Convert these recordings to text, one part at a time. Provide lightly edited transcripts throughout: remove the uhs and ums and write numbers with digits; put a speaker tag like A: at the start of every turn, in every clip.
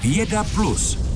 A: Věda plus.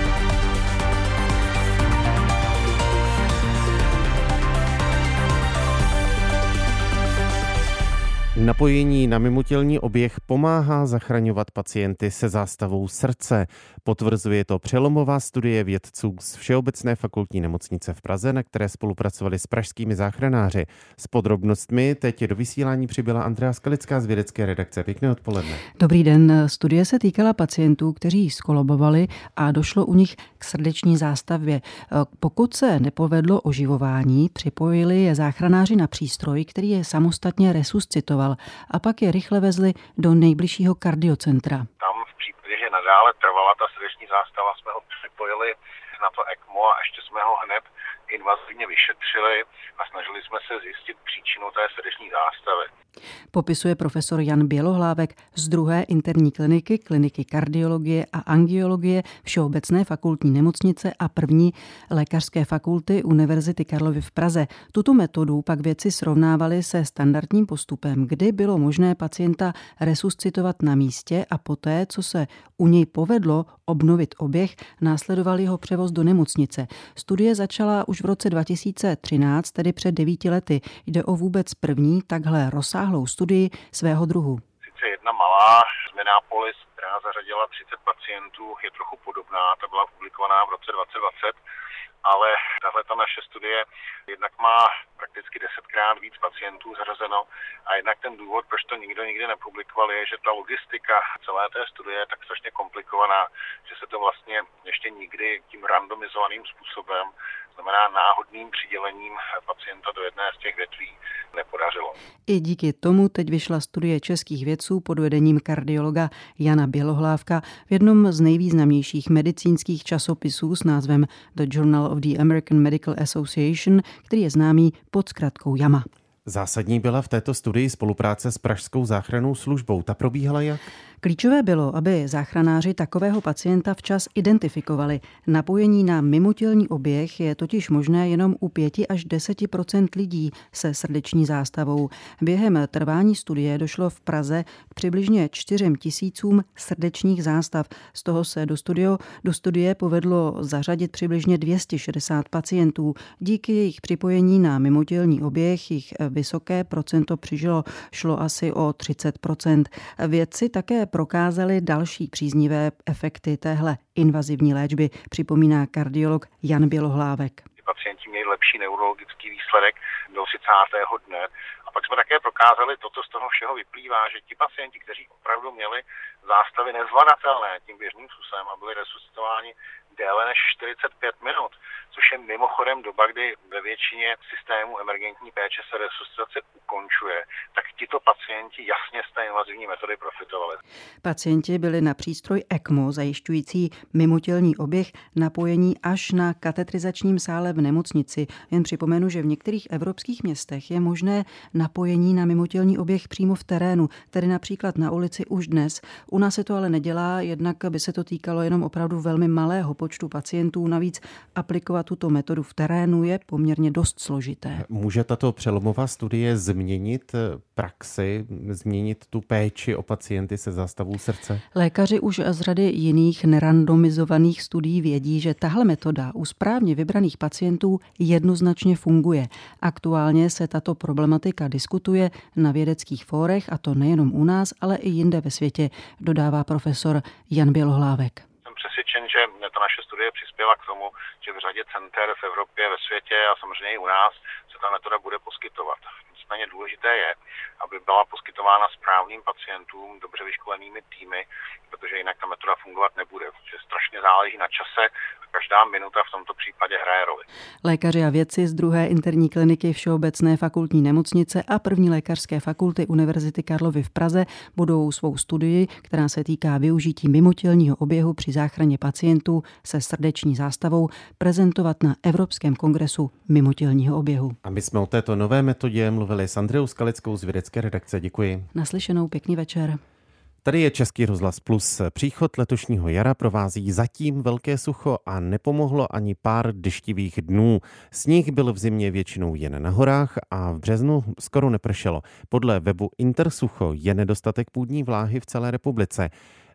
B: Napojení na mimotělní oběh pomáhá zachraňovat pacienty se zástavou srdce. Potvrzuje to přelomová studie vědců z Všeobecné fakultní nemocnice v Praze, na které spolupracovali s pražskými záchranáři. S podrobnostmi teď do vysílání přibyla Andrea Skalická z vědecké redakce. Pěkné odpoledne.
C: Dobrý den. Studie se týkala pacientů, kteří skolabovali a došlo u nich k srdeční zástavbě. Pokud se nepovedlo oživování, připojili je záchranáři na přístroj, který je samostatně resuscitoval, a pak je rychle vezli do nejbližšího kardiocentra.
D: Tam v případě, že nadále trvala ta srdeční zástava, jsme ho připojili na to ECMO a ještě jsme ho hned invazivně vyšetřili a snažili jsme se zjistit příčinu té srdeční zástavy.
C: Popisuje profesor Jan Bělohlávek z 2. interní kliniky kardiologie a angiologie Všeobecné fakultní nemocnice a 1. lékařské fakulty Univerzity Karlovy v Praze. Tuto metodu pak vědci srovnávali se standardním postupem, kdy bylo možné pacienta resuscitovat na místě a poté, co se u něj povedlo obnovit oběh, následoval jeho převoz do nemocnice. Studie začala už v roce 2013, tedy před 9 lety. Jde o vůbec první takhle rozsáhlou studii svého druhu.
D: Sice jedna malá z Minneapolis, která zařadila 30 pacientů, je trochu podobná, ta byla publikovaná v roce 2020, ale tahle ta naše studie jednak má prakticky 10krát víc pacientů zařazeno a jednak ten důvod, proč to nikdo nikdy nepublikoval, je, že ta logistika celé té studie je tak strašně komplikovaná, že se to vlastně ještě nikdy tím randomizovaným způsobem, znamená náhodným přidělením pacienta do jedné z těch větví, nepodařilo.
C: I díky tomu teď vyšla studie českých vědců pod vedením kardiologa Jana Bělohlávka v jednom z nejvýznamnějších medicínských časopisů s názvem The Journal of the American Medical Association, který je známý pod zkratkou JAMA.
B: Zásadní byla v této studii spolupráce s pražskou záchrannou službou. Ta probíhala jak?
C: Klíčové bylo, aby záchranáři takového pacienta včas identifikovali. Napojení na mimotělní oběh je totiž možné jenom u 5 až 10% lidí se srdeční zástavou. Během trvání studie došlo v Praze k přibližně 4 000 srdečních zástav. Z toho se do studie povedlo zařadit přibližně 260 pacientů. Díky jejich připojení na mimotělní oběh jich vysoké procento přežilo, šlo asi o 30%. Vědci také prokázali další příznivé efekty téhle invazivní léčby, připomíná kardiolog Jan Bělohlávek.
D: Pacienti měli lepší neurologický výsledek do 30. dne a pak jsme také prokázali, toto z toho všeho vyplývá, že ti pacienti, kteří opravdu měli zástavy nezvladatelné tím běžným způsobem a byli resuscitováni déle než 45 minut, což je mimochodem doba, kdy ve většině systémů emergentní péče se resuscitace ukončuje, tak tito pacienti jasně z té invazivní metody profitovali.
C: Pacienti byli na přístroj ECMO zajišťující mimotělní oběh napojení až na katetrizačním sále v nemocnici. Jen připomenu, že v některých evropských městech je možné napojení na mimotělní oběh přímo v terénu, tedy například na ulici už dnes. U nás se to ale nedělá, jednak by se to týkalo jenom opravdu velmi malého počtu pacientů. Navíc aplikovat tuto metodu v terénu je poměrně dost složité.
B: Může tato přelomová studie změnit praxi, změnit tu péči o pacienty se zástavou srdce?
C: Lékaři už z řady jiných nerandomizovaných studií vědí, že tahle metoda u správně vybraných pacientů jednoznačně funguje. Aktuálně se tato problematika diskutuje na vědeckých fórech, a to nejenom u nás, ale i jinde ve světě, dodává profesor Jan Bělohlávek.
D: Přesvědčen, že ta naše studie přispěla k tomu, že v řadě center v Evropě, ve světě a samozřejmě i u nás se ta metoda bude poskytovat. Nicméně důležité je, aby byla poskytována správným pacientům, dobře vyškolenými týmy, protože jinak ta metoda fungovat nebude. Protože strašně záleží na čase a každá minuta v tomto případě hraje roli.
C: Lékaři a vědci z 2. interní kliniky Všeobecné fakultní nemocnice a 1. lékařské fakulty Univerzity Karlovy v Praze budou svou studii, která se týká využití mimotělního oběhu při záchraně pacientů se srdeční zástavou, prezentovat na Evropském kongresu mimotělního oběhu.
B: A my jsme o této nové metodě mluvili s Andreou Skalickou z vědecké redakce. Děkuji.
C: Naslyšenou, pěkný večer.
B: Tady je Český rozhlas Plus. Příchod letošního jara provází zatím velké sucho a nepomohlo ani pár deštivých dnů. Sníh byl v zimě většinou jen na horách a v březnu skoro nepršelo. Podle webu Intersucho je nedostatek půdní vláhy v celé republice.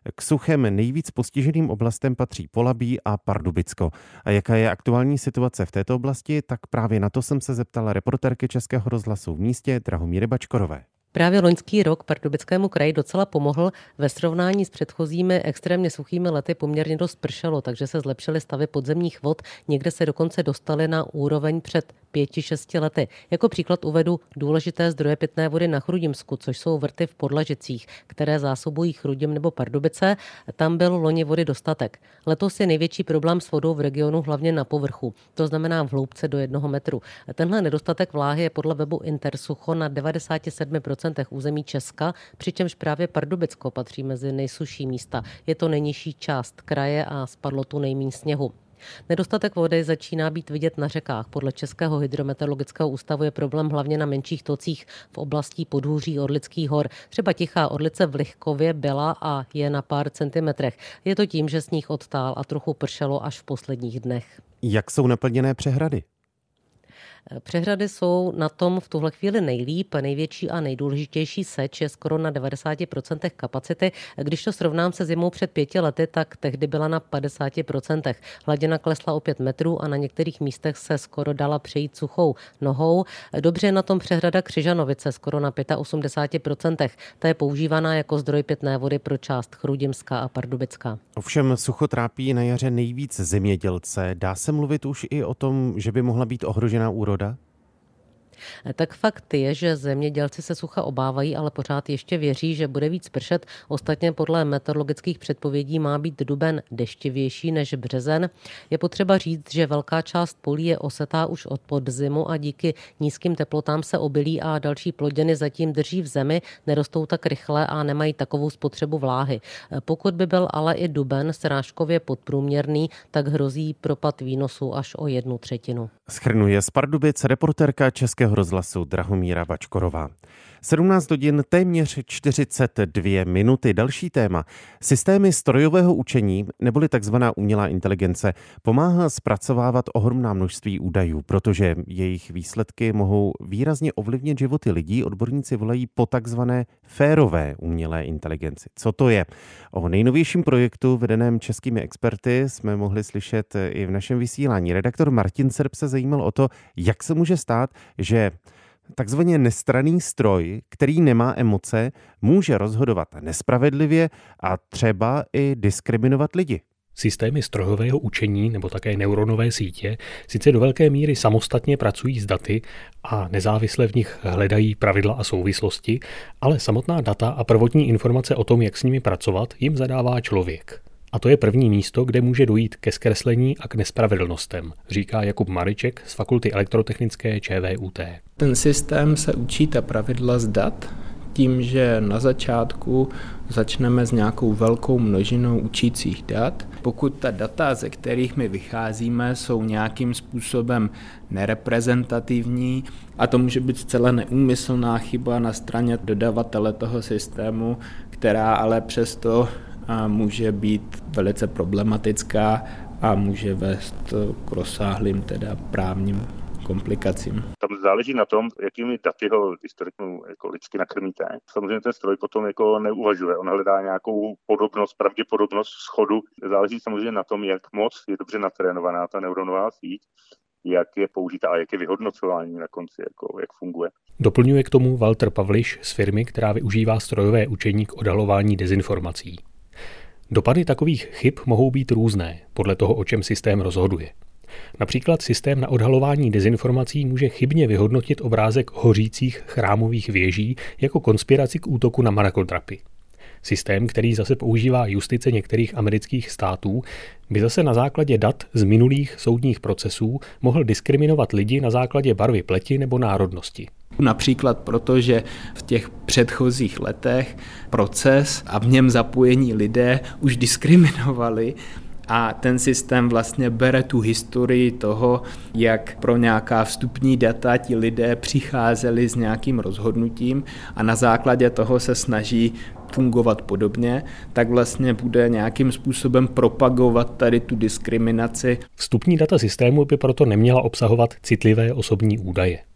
B: K suchem nejvíc postiženým oblastem patří Polabí a Pardubicko. A jaká je aktuální situace v této oblasti, tak právě na to jsem se zeptala reportérky Českého rozhlasu v místě Drahomíry Bačkorové.
A: Právě loňský rok Pardubickému kraji docela pomohl. Ve srovnání s předchozími extrémně suchými lety poměrně dost pršelo, takže se zlepšily stavy podzemních vod. Někde se dokonce dostaly na úroveň před 5-6 lety. Jako příklad uvedu důležité zdroje pitné vody na Chrudimsku, což jsou vrty v Podlažicích, které zásobují Chrudim nebo Pardubice. Tam byl loni vody dostatek. Letos je největší problém s vodou v regionu hlavně na povrchu, to znamená v hloubce do 1 metru. Tenhle nedostatek vláhy je podle webu Intersucho na 97% území Česka, přičemž právě Pardubicko patří mezi nejsušší místa. Je to nejnižší část kraje a spadlo tu nejméně sněhu. Nedostatek vody začíná být vidět na řekách. Podle Českého hydrometeorologického ústavu je problém hlavně na menších tocích v oblasti podhůří Orlických hor. Třeba Tichá Orlice v Lichkově byla a je na pár centimetrech. Je to tím, že sníh odtál a trochu pršelo až v posledních dnech.
B: Jak jsou naplněné přehrady?
A: Přehrady jsou na tom v tuhle chvíli nejlíp. Největší a nejdůležitější seč je skoro na 90% kapacity. Když to srovnám se zimou před 5 lety, tak tehdy byla na 50%. Hladina klesla o 5 metrů a na některých místech se skoro dala přejít suchou nohou. Dobře je na tom přehrada Křižanovice skoro na 85%. Ta je používaná jako zdroj pitné vody pro část Chrudimska a Pardubicka.
B: Ovšem sucho trápí na jaře nejvíc zemědělce. Dá se mluvit už i o tom, že by mohla být ohrožená úroda?
A: Tak fakt je, že zemědělci se sucha obávají, ale pořád ještě věří, že bude víc pršet. Ostatně podle meteorologických předpovědí má být duben deštivější než březen. Je potřeba říct, že velká část polí je osetá už od podzimu a díky nízkým teplotám se obilí a další plodiny zatím drží v zemi, nerostou tak rychle a nemají takovou spotřebu vláhy. Pokud by byl ale i duben srážkově podprůměrný, tak hrozí propad výnosu až o 1/3.
B: Shrnuje z Pardubic reportérka Českého rozhlasu Drahomíra Bačkorová. 17 hodin téměř 42 minuty. Další téma. Systémy strojového učení neboli takzvaná umělá inteligence pomáhá zpracovávat ohromná množství údajů, protože jejich výsledky mohou výrazně ovlivnit životy lidí. Odborníci volají po takzvané férové umělé inteligenci. Co to je? O nejnovějším projektu vedeném českými experty jsme mohli slyšet i v našem vysílání. Redaktor Martin Serb se zajímal o to, jak se může stát, že takzvaně nestranný stroj, který nemá emoce, může rozhodovat nespravedlivě a třeba i diskriminovat lidi.
E: Systémy strojového učení nebo také neuronové sítě sice do velké míry samostatně pracují s daty a nezávisle v nich hledají pravidla a souvislosti, ale samotná data a prvotní informace o tom, jak s nimi pracovat, jim zadává člověk. A to je první místo, kde může dojít ke zkreslení a k nespravedlnostem, říká Jakub Mariček z Fakulty elektrotechnické ČVUT.
F: Ten systém se učí ta pravidla z dat tím, že na začátku začneme s nějakou velkou množinou učících dat. Pokud ta data, ze kterých my vycházíme, jsou nějakým způsobem nereprezentativní, a to může být zcela neúmyslná chyba na straně dodavatele toho systému, která ale přesto může být velice problematická a může vést k rozsáhlým právním komplikacím.
G: Tam záleží na tom, jakými daty ho, když to řeknu, jako lidsky nakrmíte. Samozřejmě ten stroj potom jako neuvažuje, on hledá nějakou podobnost, pravděpodobnost shodu. Záleží samozřejmě na tom, jak moc je dobře natrénovaná ta neuronová síť, jak je použitá a jak je vyhodnocování na konci, jako jak funguje.
E: Doplňuje k tomu Walter Pavliš z firmy, která využívá strojové učení k odhalování dezinformací. Dopady takových chyb mohou být různé, podle toho, o čem systém rozhoduje. Například systém na odhalování dezinformací může chybně vyhodnotit obrázek hořících chrámových věží jako konspiraci k útoku na mrakodrapy. Systém, který zase používá justice některých amerických států, by zase na základě dat z minulých soudních procesů mohl diskriminovat lidi na základě barvy pleti nebo národnosti.
F: Například proto, že v těch předchozích letech proces a v něm zapojení lidé už diskriminovali a ten systém vlastně bere tu historii toho, jak pro nějaká vstupní data ti lidé přicházeli s nějakým rozhodnutím a na základě toho se snaží fungovat podobně, tak vlastně bude nějakým způsobem propagovat tady tu diskriminaci.
E: Vstupní data systému by proto neměla obsahovat citlivé osobní údaje.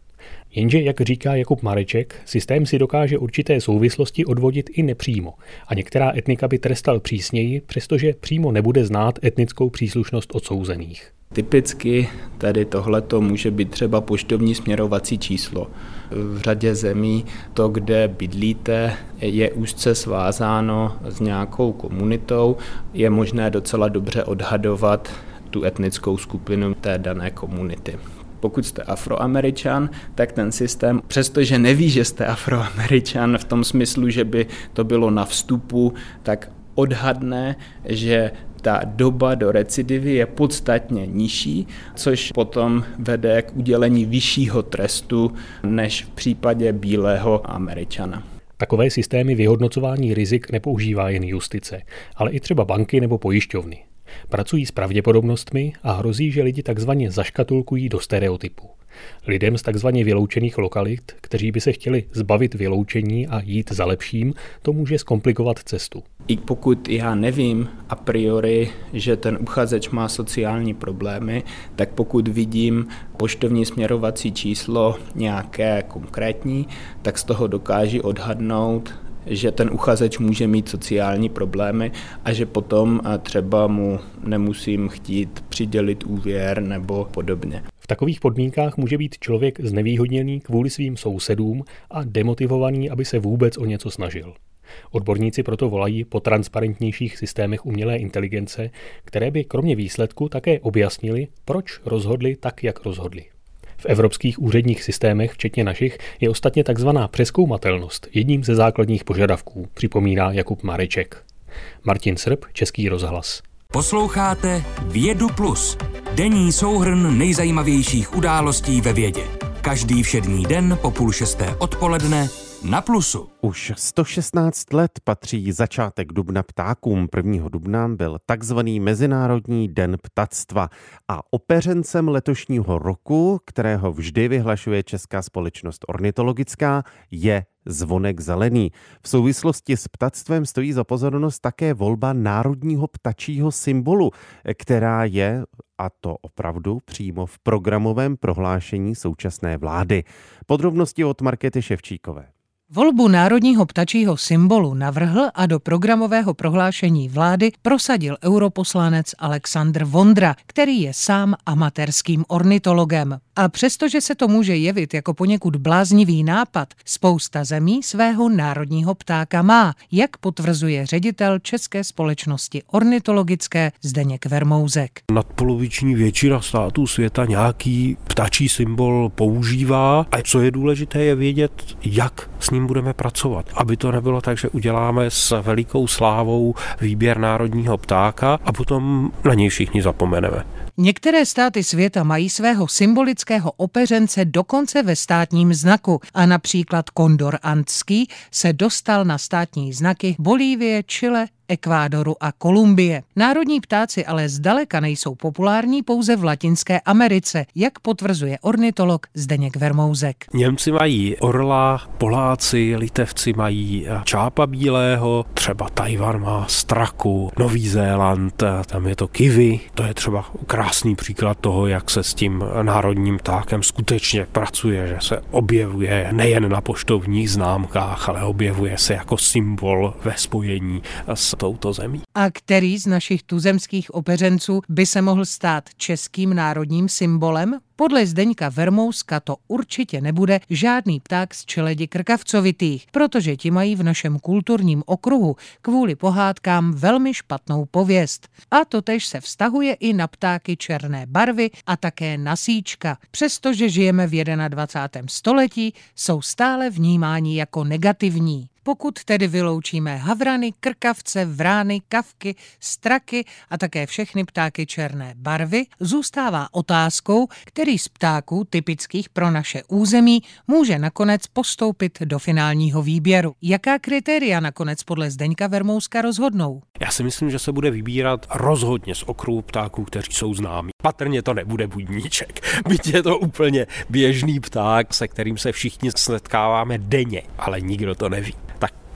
E: Jenže, jak říká Jakub Mareček, systém si dokáže určité souvislosti odvodit i nepřímo a některá etnika by trestal přísněji, přestože přímo nebude znát etnickou příslušnost odsouzených.
F: Typicky tady tohleto může být třeba poštovní směrovací číslo. V řadě zemí to, kde bydlíte, je úzce svázáno s nějakou komunitou. Je možné docela dobře odhadovat tu etnickou skupinu té dané komunity. Pokud jste Afroameričan, tak ten systém, přestože neví, že jste Afroameričan v tom smyslu, že by to bylo na vstupu, tak odhadne, že ta doba do recidivy je podstatně nižší, což potom vede k udělení vyššího trestu než v případě bílého Američana.
E: Takové systémy vyhodnocování rizik nepoužívá jen justice, ale i třeba banky nebo pojišťovny. Pracují s pravděpodobnostmi a hrozí, že lidi takzvaně zaškatulkují do stereotypů. Lidem z takzvaně vyloučených lokalit, kteří by se chtěli zbavit vyloučení a jít za lepším, to může zkomplikovat cestu.
F: I pokud já nevím a priori, že ten uchazeč má sociální problémy, tak pokud vidím poštovní směrovací číslo nějaké konkrétní, tak z toho dokážu odhadnout, že ten uchazeč může mít sociální problémy a že potom třeba mu nemusím chtít přidělit úvěr nebo podobně.
E: V takových podmínkách může být člověk znevýhodněný kvůli svým sousedům a demotivovaný, aby se vůbec o něco snažil. Odborníci proto volají po transparentnějších systémech umělé inteligence, které by kromě výsledku také objasnili, proč rozhodli tak, jak rozhodli. V evropských úředních systémech, včetně našich, je ostatně takzvaná přezkoumatelnost jedním ze základních požadavků, připomíná Jakub Mareček. Martin Srb, Český rozhlas.
H: Posloucháte Vědu Plus, denní souhrn nejzajímavějších událostí ve vědě. Každý všední den po 5:30 odpoledne na Plusu.
B: Už 116 let patří začátek dubna ptákům. 1. dubna byl takzvaný Mezinárodní den ptactva a opeřencem letošního roku, kterého vždy vyhlašuje Česká společnost ornitologická, je zvonek zelený. V souvislosti s ptactvem stojí za pozornost také volba národního ptačího symbolu, která je, a to opravdu, přímo v programovém prohlášení současné vlády. Podrobnosti od Markéty Ševčíkové.
I: Volbu národního ptačího symbolu navrhl a do programového prohlášení vlády prosadil europoslanec Alexandr Vondra, který je sám amatérským ornitologem. A přestože se to může jevit jako poněkud bláznivý nápad, spousta zemí svého národního ptáka má, jak potvrzuje ředitel České společnosti ornitologické Zdeněk Vermouzek.
J: Nadpoloviční většina států světa nějaký ptačí symbol používá a co je důležité je vědět, jak s ním budeme pracovat. Aby to nebylo tak, že uděláme s velikou slávou výběr národního ptáka a potom na něj všichni zapomeneme.
I: Některé státy světa mají svého symbolického opeřence dokonce ve státním znaku a například kondor andský se dostal na státní znaky Bolívie, Chile, Ekvádoru a Kolumbie. Národní ptáci ale zdaleka nejsou populární pouze v Latinské Americe, jak potvrzuje ornitolog Zdeněk Vermouzek.
J: Němci mají orla, Poláci, Litevci mají čápa bílého, třeba Tajvan má straku, Nový Zéland, tam je to kiwi. To je třeba krásný příklad toho, jak se s tím národním ptákem skutečně pracuje, že se objevuje nejen na poštovních známkách, ale objevuje se jako symbol ve spojení s touto zemí.
I: A který z našich tuzemských opeřenců by se mohl stát českým národním symbolem? Podle Zdeňka Vermouska to určitě nebude žádný pták z čeledi krkavcovitých, protože ti mají v našem kulturním okruhu kvůli pohádkám velmi špatnou pověst. A totéž se vztahuje i na ptáky černé barvy a také na síčka. Přestože žijeme v 21. století, jsou stále vnímáni jako negativní. Pokud tedy vyloučíme havrany, krkavce, vrány, kavky, straky a také všechny ptáky černé barvy, zůstává otázkou, který z ptáků typických pro naše území může nakonec postoupit do finálního výběru. Jaká kritéria nakonec podle Zdeňka Vermouska rozhodnou?
J: Já si myslím, že se bude vybírat rozhodně z okruhu ptáků, kteří jsou známí. Patrně to nebude budníček, byť je to úplně běžný pták, se kterým se všichni setkáváme denně, ale nikdo to neví.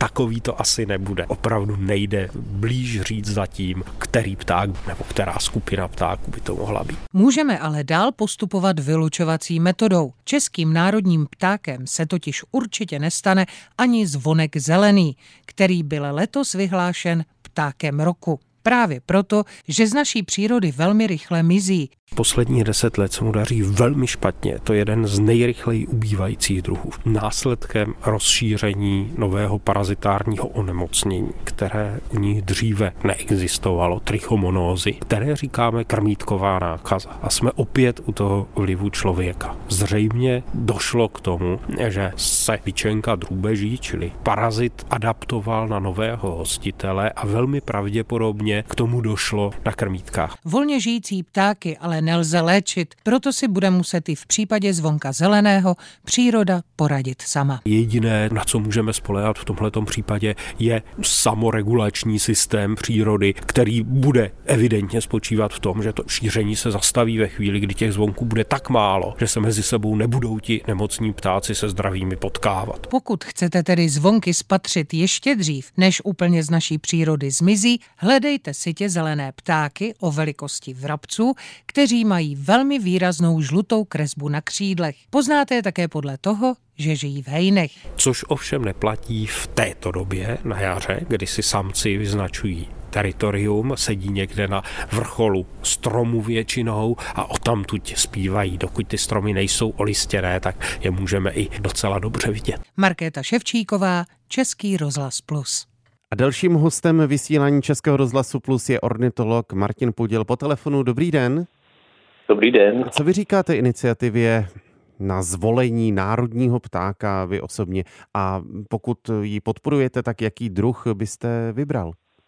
J: takový to asi nebude. Opravdu nejde blíž říct zatím, který pták nebo která skupina ptáků by to mohla být.
I: Můžeme ale dál postupovat vylučovací metodou. Českým národním ptákem se totiž určitě nestane ani zvonek zelený, který byl letos vyhlášen ptákem roku. Právě proto, že z naší přírody velmi rychle mizí.
J: Posledních 10 let se mu daří velmi špatně. To je jeden z nejrychleji ubývajících druhů. Následkem rozšíření nového parazitárního onemocnění, které u nich dříve neexistovalo, trichomonózy, které říkáme krmítková nákaza. A jsme opět u toho vlivu člověka. Zřejmě došlo k tomu, že se ličenka drůbeží, čili parazit, adaptoval na nového hostitele a velmi pravděpodobně k tomu došlo na krmítkách.
I: Volně žijící ptáky ale nelze léčit, proto si bude muset i v případě zvonka zeleného příroda poradit sama.
J: Jediné, na co můžeme spoléhat v tomhletom případě, je samoregulační systém přírody, který bude evidentně spočívat v tom, že to šíření se zastaví ve chvíli, kdy těch zvonků bude tak málo, že se mezi sebou nebudou ti nemocní ptáci se zdravými potkávat.
I: Pokud chcete tedy zvonky spatřit ještě dřív, než úplně z naší přírody zmizí, hledejte sytě zelené ptáky o velikosti vrabců, kteří mají velmi výraznou žlutou kresbu na křídlech. Poznáte je také podle toho, že žijí v hejnech.
J: Což ovšem neplatí v této době na jaře, kdy si samci vyznačují teritorium, sedí někde na vrcholu stromu většinou a odtamtud zpívají. Dokud ty stromy nejsou olistěné, tak je můžeme i docela dobře vidět.
I: Markéta Ševčíková, Český rozhlas Plus.
B: A dalším hostem vysílání Českého rozhlasu Plus je ornitolog Martin Puděl po telefonu. Dobrý den.
K: Dobrý den.
B: Co vy říkáte iniciativě na zvolení národního ptáka vy osobně? A pokud ji podporujete, tak jaký druh byste vybral?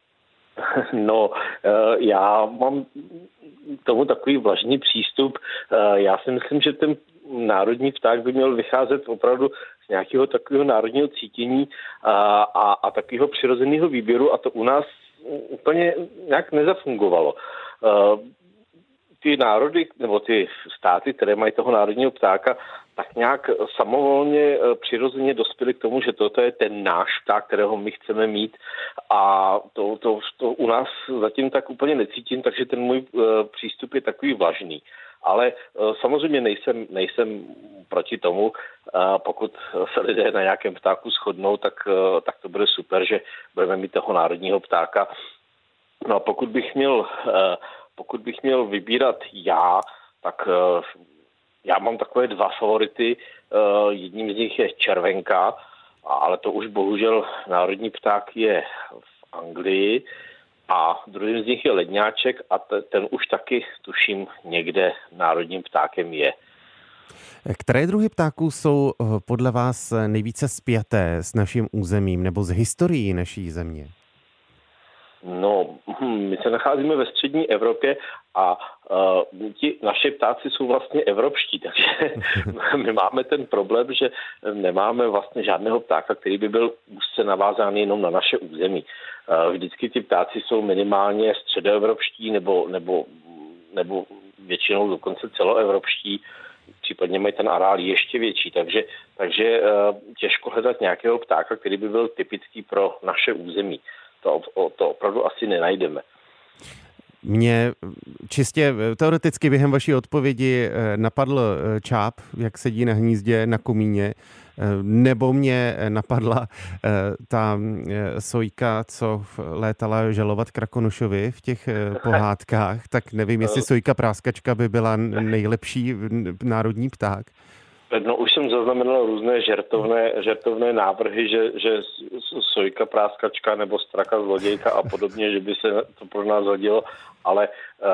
K: No, já mám tomu takový vlažný přístup. Já si myslím, že ten národní pták by měl vycházet opravdu z nějakého takového národního cítění a takového přirozeného výběru a to u nás úplně nějak nezafungovalo. Ty národy nebo ty státy, které mají toho národního ptáka, tak nějak samovolně přirozeně dospěli k tomu, že toto je ten náš pták, kterého my chceme mít a to u nás zatím tak úplně necítím, takže ten můj přístup je takový vlažný. Ale samozřejmě nejsem proti tomu, pokud se lidé na nějakém ptáku shodnou, tak to bude super, že budeme mít toho národního ptáka. No a pokud bych měl vybírat já, tak já mám takové dva favority. Jedním z nich je červenka, ale to už bohužel národní pták je v Anglii. A druhým z nich je ledňáček a ten už taky, tuším, někde národním ptákem je.
B: Které druhy ptáků jsou podle vás nejvíce spjaté s naším územím nebo s historií naší země?
K: No, my se nacházíme ve střední Evropě a ti naše ptáci jsou vlastně evropští, takže my máme ten problém, že nemáme vlastně žádného ptáka, který by byl úzce navázán jenom na naše území. Vždycky ti ptáci jsou minimálně středoevropští nebo většinou dokonce celoevropští, případně mají ten areál ještě větší, takže těžko hledat nějakého ptáka, který by byl typický pro naše území. To opravdu asi nenajdeme.
B: Mě čistě teoreticky během vaší odpovědi napadl čáp, jak sedí na hnízdě na komíně, nebo mě napadla ta sojka, co létala žalovat Krakonošovi v těch pohádkách, tak nevím, jestli sojka práskačka by byla nejlepší národní pták.
K: No, už jsem zaznamenal různé žertovné návrhy, že sojka, práskačka nebo straka zlodějka a podobně, že by se to pro nás hodilo, ale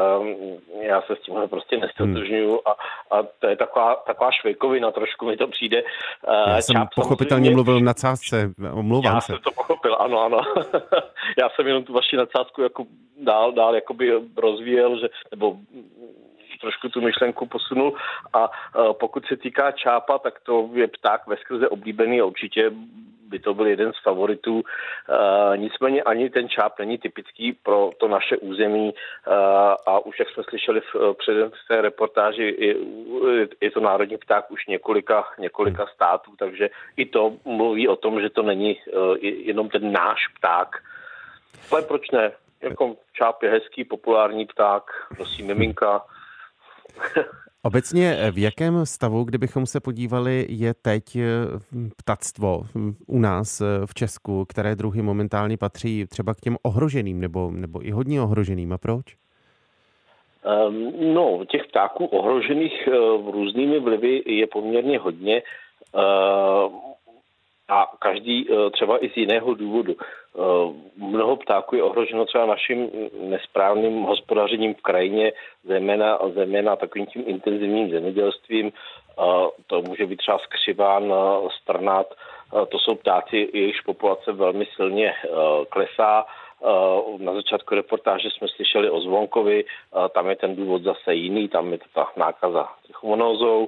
K: já se s tímhle prostě nestotožňuju a to je taková švejkovina, trošku mi to přijde.
B: Já jsem pochopitelně mluvil na nadsázce, omlouvám se.
K: Já jsem to pochopil, ano. Já jsem jenom tu vaši nadsázku jako dál jakoby rozvíjel, nebo trošku tu myšlenku posunul a pokud se týká čápa, tak to je pták veskrze oblíbený a určitě by to byl jeden z favoritů. Nicméně ani ten čáp není typický pro to naše území a už jak jsme slyšeli předem v té reportáži, je to národní pták už několika států, takže i to mluví o tom, že to není jenom ten náš pták. Ale proč ne? Jako čáp je hezký, populární pták, nosí miminka.
B: Obecně v jakém stavu, kdybychom se podívali, je teď ptactvo u nás v Česku, které druhy momentálně patří třeba k těm ohroženým nebo i hodně ohroženým, a proč?
K: No, těch ptáků ohrožených různými vlivy je poměrně hodně a každý třeba i z jiného důvodu. Mnoho ptáků je ohroženo třeba naším nesprávným hospodařením v krajině, zejména takovým tím intenzivním zemědělstvím. To může být třeba skřiván, strnat. To jsou ptáci, jejichž populace velmi silně klesá. Na začátku reportáže jsme slyšeli o zvonkovi, tam je ten důvod zase jiný, tam je to ta nákaza trichomonózou.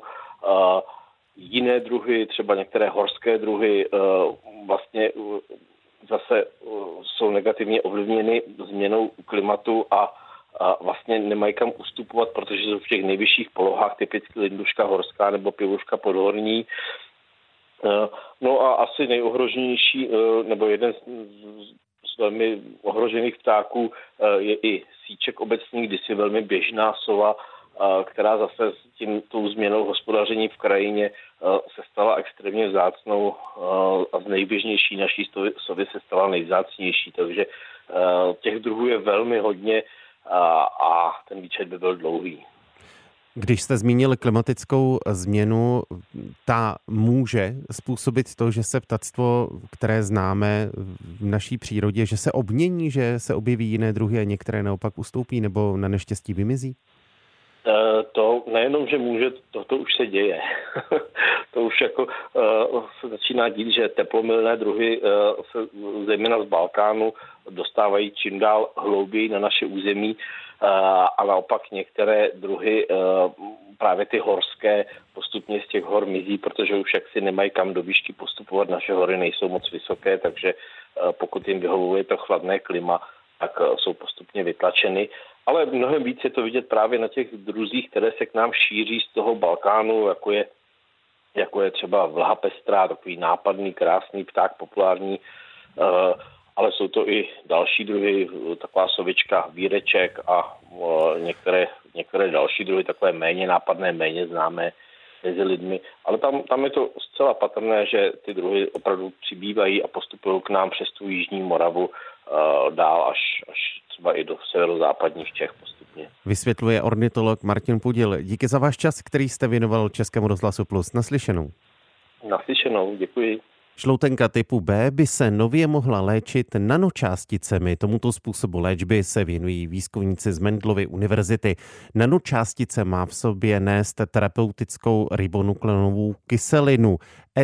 K: Jiné druhy, třeba některé horské druhy, vlastně zase jsou negativně ovlivněny změnou klimatu a vlastně nemají kam ustupovat, protože jsou v těch nejvyšších polohách, typicky linduška horská nebo pivuška podhorní. No a asi nejohroženější, nebo jeden z velmi ohrožených ptáků je i síček obecný, kdysi velmi běžná sova, která zase s tou změnou hospodaření v krajině se stala extrémně vzácnou a z nejběžnější naší sovy se stala nejvzácnější. Takže těch druhů je velmi hodně a ten výčet by byl dlouhý.
B: Když jste zmínil klimatickou změnu, ta může způsobit to, že se ptactvo, které známe v naší přírodě, že se obmění, že se objeví jiné druhy a některé naopak ustoupí nebo na neštěstí vymizí?
K: To nejenom, že může, to už se děje. To už jako se začíná dít, že teplomilné druhy se zejména z Balkánu dostávají čím dál hlouběji na naše území a naopak některé druhy, právě ty horské, postupně z těch hor mizí, protože už jaksi nemají kam do výšky postupovat. Naše hory nejsou moc vysoké, takže pokud jim vyhovuje to chladné klima, tak jsou postupně vytlačeny. Ale mnohem víc je to vidět právě na těch druzích, které se k nám šíří z toho Balkánu, jako je třeba vlha pestrá, takový nápadný, krásný pták, populární, ale jsou to i další druhy, taková sovička, víreček a některé další druhy, takové méně nápadné, méně známé mezi lidmi. Ale tam je to zcela patrné, že ty druhy opravdu přibývají a postupují k nám přes tu jižní Moravu dál až třeba i do severozápadních Čech postupně.
B: Vysvětluje ornitolog Martin Pudil. Díky za váš čas, který jste věnoval Českému rozhlasu Plus. Naslyšenou.
K: Naslyšenou, děkuji.
B: Šloutenka typu B by se nově mohla léčit nanočásticemi. Tomuto způsobu léčby se věnují výzkumníci z Mendelovy univerzity. Nanočástice má v sobě nést terapeutickou ribonukleonovou kyselinu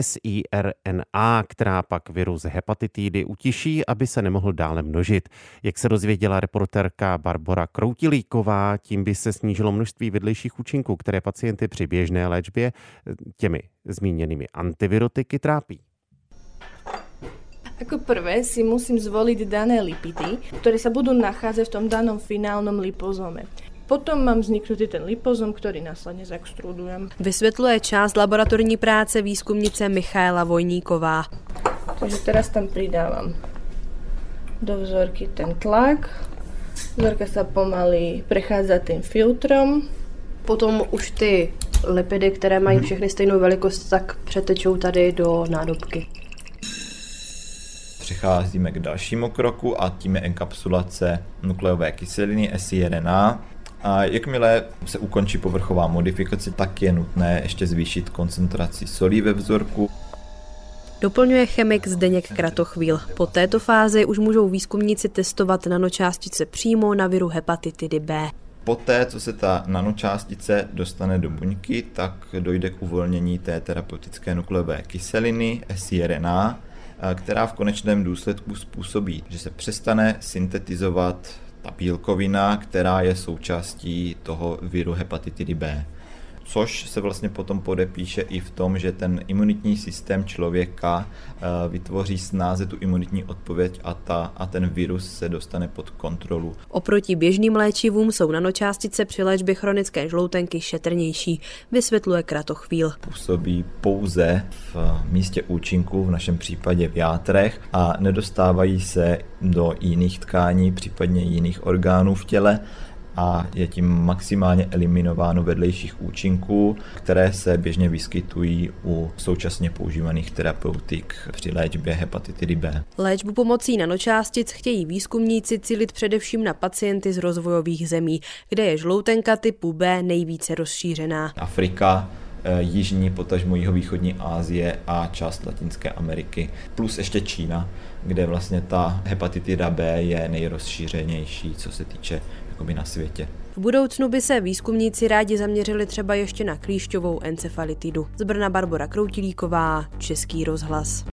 B: siRNA, která pak virus hepatitidy utiší, aby se nemohl dále množit. Jak se dozvěděla reportérka Barbora Kroutilíková, tím by se snížilo množství vedlejších účinků, které pacienty při běžné léčbě těmi zmíněnými antivirotiky trápí.
L: Ako prvé si musím zvoliť dané lipidy, ktoré sa budú nachádzať v tom danom finálnom lipozome. Potom mám vzniknutý ten lipozom, ktorý následne zaextrudujem.
M: Vysvětluje část laboratorní práce výzkumnice Michaela Vojníková.
L: Takže teraz tam pridávam do vzorky ten tlak. Vzorka sa pomaly prechádza tým filtrom.
M: Potom už ty lipidy, které mají všechny stejnou velikost, tak přetečou tady do nádobky.
N: Přecházíme k dalšímu kroku a tím je enkapsulace nukleové kyseliny siRNA. A jakmile se ukončí povrchová modifikace, tak je nutné ještě zvýšit koncentraci solí ve vzorku.
M: Doplňuje chemik Zdeněk Kratochvíl. Po této fázi už můžou výzkumníci testovat nanočástice přímo na viru hepatitidy B.
N: Poté, co se ta nanočástice dostane do buňky, tak dojde k uvolnění té terapeutické nukleové kyseliny siRNA, která v konečném důsledku způsobí, že se přestane syntetizovat ta bílkovina, která je součástí toho viru hepatitidy B. což se vlastně potom podepíše i v tom, že ten imunitní systém člověka vytvoří snáze tu imunitní odpověď a ten virus se dostane pod kontrolu.
M: Oproti běžným léčivům jsou nanočástice při léčbě chronické žloutenky šetrnější, vysvětluje Kratochvíl.
N: Působí pouze v místě účinku, v našem případě v játrech, a nedostávají se do jiných tkání, případně jiných orgánů v těle, a je tím maximálně eliminováno vedlejších účinků, které se běžně vyskytují u současně používaných terapeutik při léčbě hepatitidy B.
M: Léčbu pomocí nanočástic chtějí výzkumníci cílit především na pacienty z rozvojových zemí, kde je žloutenka typu B nejvíce rozšířená.
N: Afrika, jižní, potažmo jihovýchodní Asie a část Latinské Ameriky, plus ještě Čína, kde vlastně ta hepatitida B je nejrozšířenější, co se týče na světě.
M: V budoucnu by se výzkumníci rádi zaměřili třeba ještě na klíšťovou encefalitidu. Z Brna Barbora Kroutilíková, Český rozhlas.